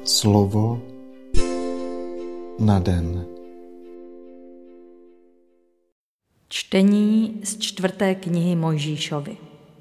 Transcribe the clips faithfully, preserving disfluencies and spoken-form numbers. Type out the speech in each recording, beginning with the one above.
Slovo na den. Čtení z čtvrté knihy Mojžíšovy.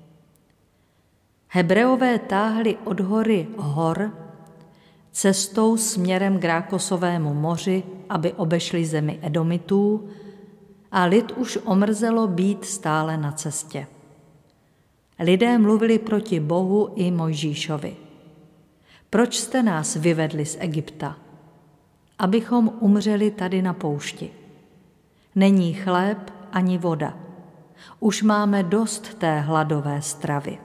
Hebreové táhli od hory Hor cestou směrem k Rákosovému moři, aby obešli zemi Edomitů, a lid už omrzelo být stále na cestě. Lidé mluvili proti Bohu i Mojžíšovi. Proč jste nás vyvedli z Egypta? Abychom umřeli tady na poušti. Není chléb ani voda. Už máme dost té hladové stravy.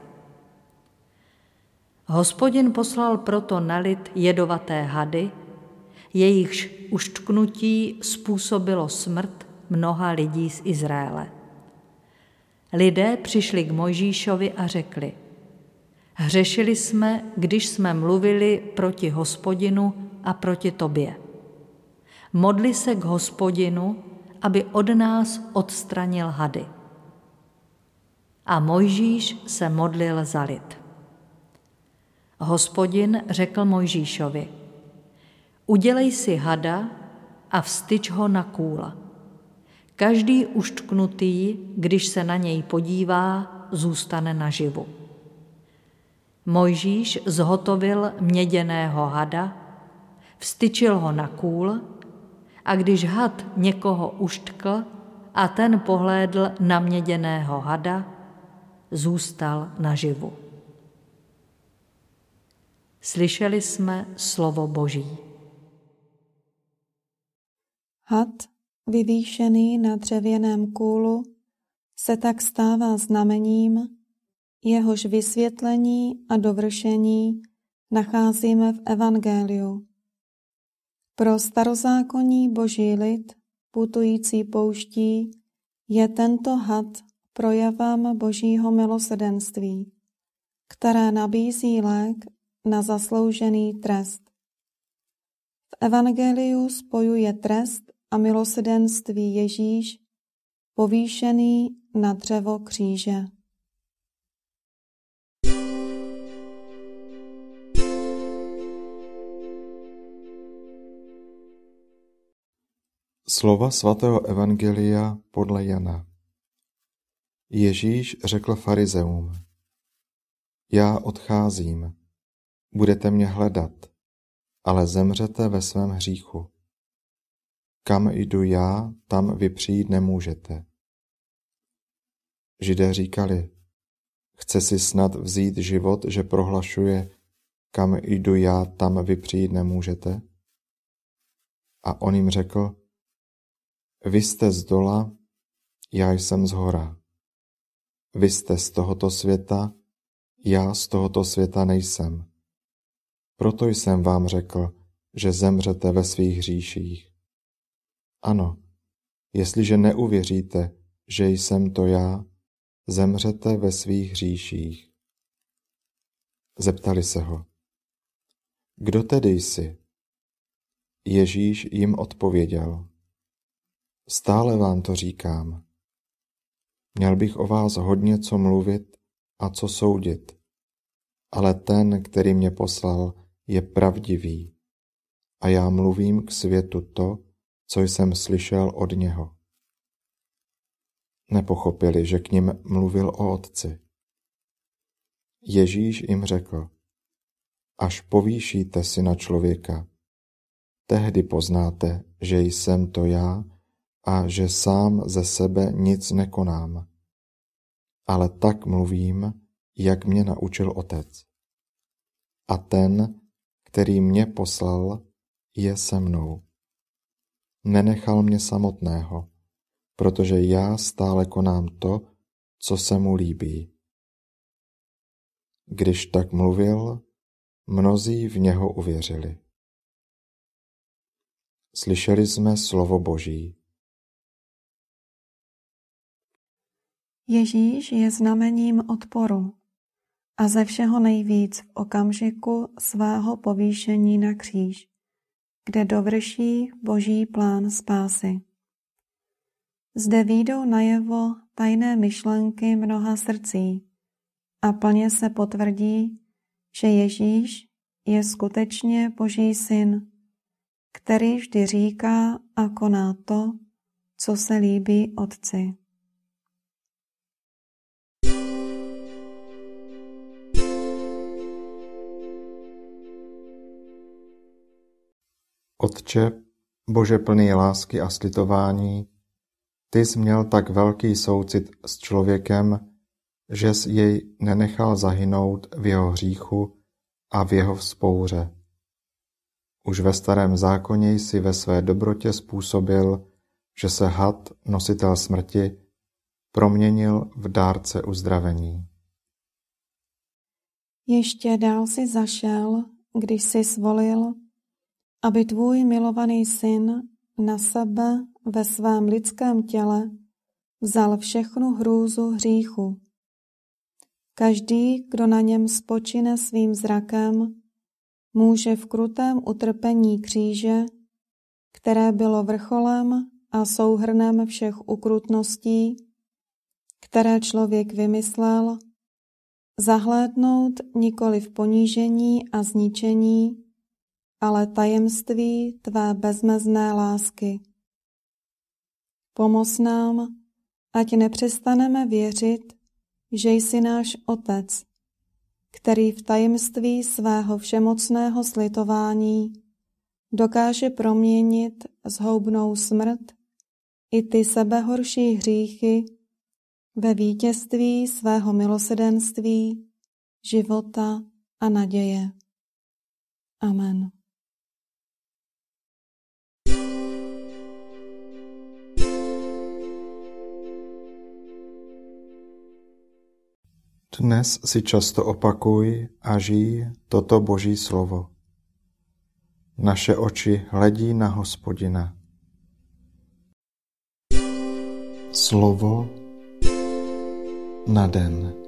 Hospodin poslal proto na lid jedovaté hady, jejichž uštknutí způsobilo smrt mnoha lidí z Izraele. Lidé přišli k Mojžíšovi a řekli: Hřešili jsme, když jsme mluvili proti Hospodinu a proti tobě. Modli se k Hospodinu, aby od nás odstranil hady. A Mojžíš se modlil za lid. Hospodin řekl Mojžíšovi: Udělej si hada a vstyč ho na kůl. Každý uštknutý, když se na něj podívá, zůstane naživu. Mojžíš zhotovil měděného hada, vstyčil ho na kůl, a když had někoho uštkl a ten pohlédl na měděného hada, zůstal naživu. Slyšeli jsme slovo Boží. Had, vyvýšený na dřevěném kůlu, se tak stává znamením, jehož vysvětlení a dovršení nacházíme v Evangeliu. Pro starozákonní Boží lid, putující pouští, je tento had projevem Božího milosrdenství, které nabízí lék na zasloužený trest. V Evangeliu spojuje trest a milosrdenství Ježíš, povýšený na dřevo kříže. Slova svatého evangelia podle Jana. Ježíš řekl farizeům: Já odcházím, budete mě hledat, ale zemřete ve svém hříchu. Kam jdu já, tam vy přijít nemůžete. Židé říkali: Chce si snad vzít život, že prohlašuje: Kam jdu já, tam vy přijít nemůžete? A on jim řekl: Vy jste z dola, já jsem z hora. Vy jste z tohoto světa, já z tohoto světa nejsem. Proto jsem vám řekl, že zemřete ve svých hříších. Ano, jestliže neuvěříte, že jsem to já, zemřete ve svých hříších. Zeptali se ho: Kdo tedy jsi? Ježíš jim odpověděl: Stále vám to říkám. Měl bych o vás hodně co mluvit a co soudit, ale ten, který mě poslal, je pravdivý a já mluvím k světu to, co jsem slyšel od něho. Nepochopili, že k nim mluvil o Otci. Ježíš jim řekl: Až povýšíte Syna člověka, tehdy poznáte, že jsem to já a že sám ze sebe nic nekonám, ale tak mluvím, jak mě naučil Otec. A ten, který mě poslal, je se mnou. Nenechal mě samotného, protože já stále konám to, co se mu líbí. Když tak mluvil, mnozí v něho uvěřili. Slyšeli jsme slovo Boží. Ježíš je znamením odporu a ze všeho nejvíc v okamžiku svého povýšení na kříž, kde dovrší Boží plán spásy. Zde vyjdou najevo tajné myšlenky mnoha srdcí a plně se potvrdí, že Ježíš je skutečně Boží syn, který vždy říká a koná to, co se líbí Otci. Otče, Bože plný lásky a slitování, ty jsi měl tak velký soucit s člověkem, že jsi jej nenechal zahynout v jeho hříchu a v jeho vzpouře. Už ve starém zákoně jsi ve své dobrotě způsobil, že se had, nositel smrti, proměnil v dárce uzdravení. Ještě dál si zašel, když jsi svolil, aby tvůj milovaný syn na sebe ve svém lidském těle vzal všechnu hrůzu hříchu. Každý, kdo na něm spočine svým zrakem, může v krutém utrpení kříže, které bylo vrcholem a souhrnem všech ukrutností, které člověk vymyslel, zahlédnout nikoli v ponížení a zničení, ale tajemství tvé bezmezné lásky. Pomoz nám, ať nepřestaneme věřit, že jsi náš Otec, který v tajemství svého všemocného slitování dokáže proměnit zhoubnou smrt i ty sebehorší hříchy ve vítězství svého milosrdenství, života a naděje. Amen. Dnes si často opakuj a žij toto Boží slovo. Naše oči hledí na Hospodina. Slovo na den.